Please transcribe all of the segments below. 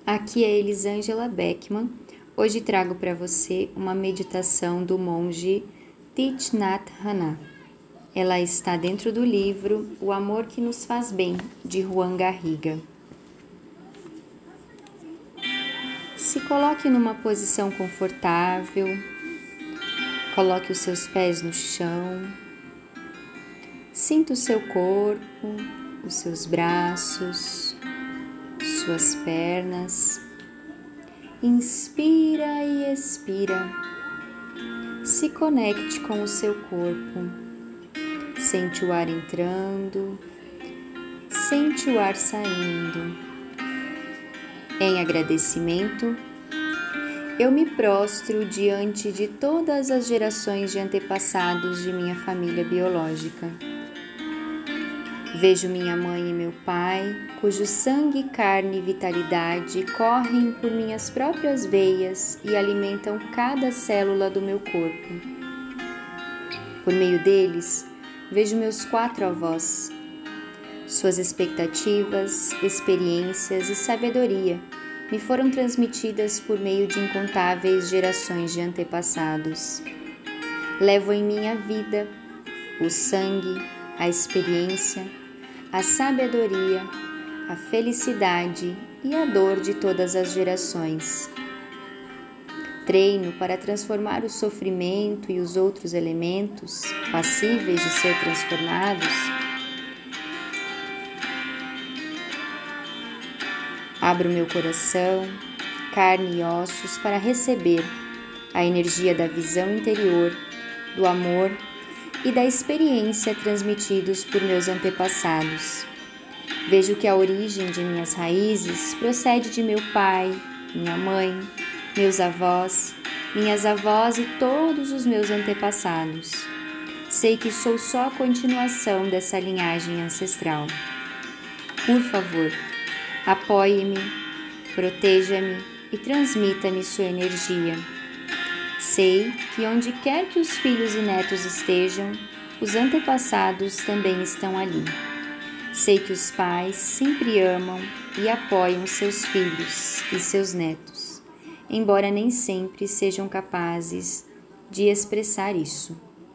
Aqui é Elisângela Beckman. Hoje trago para você uma meditação do monge Thich Nhat Hanh. Ela está dentro do livro O Amor que Nos Faz Bem, de Juan Garriga. Se coloque numa posição confortável, coloque os seus pés no chão, sinta o seu corpo, os seus braços, suas pernas. Inspira e expira. Se conecte com o seu corpo. Sente o ar entrando, sente o ar saindo. Em agradecimento, eu me prostro diante de todas as gerações de antepassados de minha família biológica. Vejo minha mãe e meu pai, cujo sangue, carne e vitalidade correm por minhas próprias veias e alimentam cada célula do meu corpo. Por meio deles, vejo meus 4 avós. Suas expectativas, experiências e sabedoria me foram transmitidas por meio de incontáveis gerações de antepassados. Levo em minha vida o sangue, a experiência, a sabedoria, a felicidade e a dor de todas as gerações. Treino para transformar o sofrimento e os outros elementos passíveis de ser transformados. Abro meu coração, carne e ossos para receber a energia da visão interior, do amor e da experiência transmitidos por meus antepassados. Vejo que a origem de minhas raízes procede de meu pai, minha mãe, meus avós, minhas avós e todos os meus antepassados. Sei que sou só a continuação dessa linhagem ancestral. Por favor, apoie-me, proteja-me e transmita-me sua energia. Sei que onde quer que os filhos e netos estejam, os antepassados também estão ali. Sei que os pais sempre amam e apoiam seus filhos e seus netos, embora nem sempre sejam capazes de expressar isso.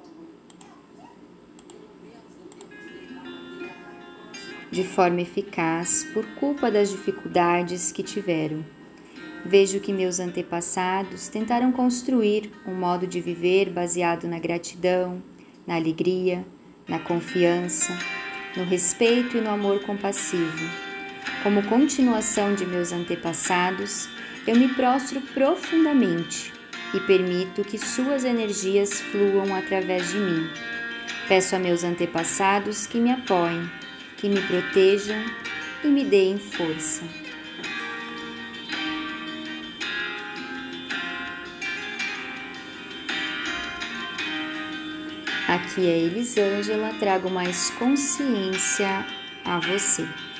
De forma eficaz, por culpa das dificuldades que tiveram. Vejo que meus antepassados tentaram construir um modo de viver baseado na gratidão, na alegria, na confiança, no respeito e no amor compassivo. Como continuação de meus antepassados, eu me prostro profundamente e permito que suas energias fluam através de mim. Peço a meus antepassados que me apoiem, que me protejam e me deem força. Aqui é Elisângela, trago mais consciência a você.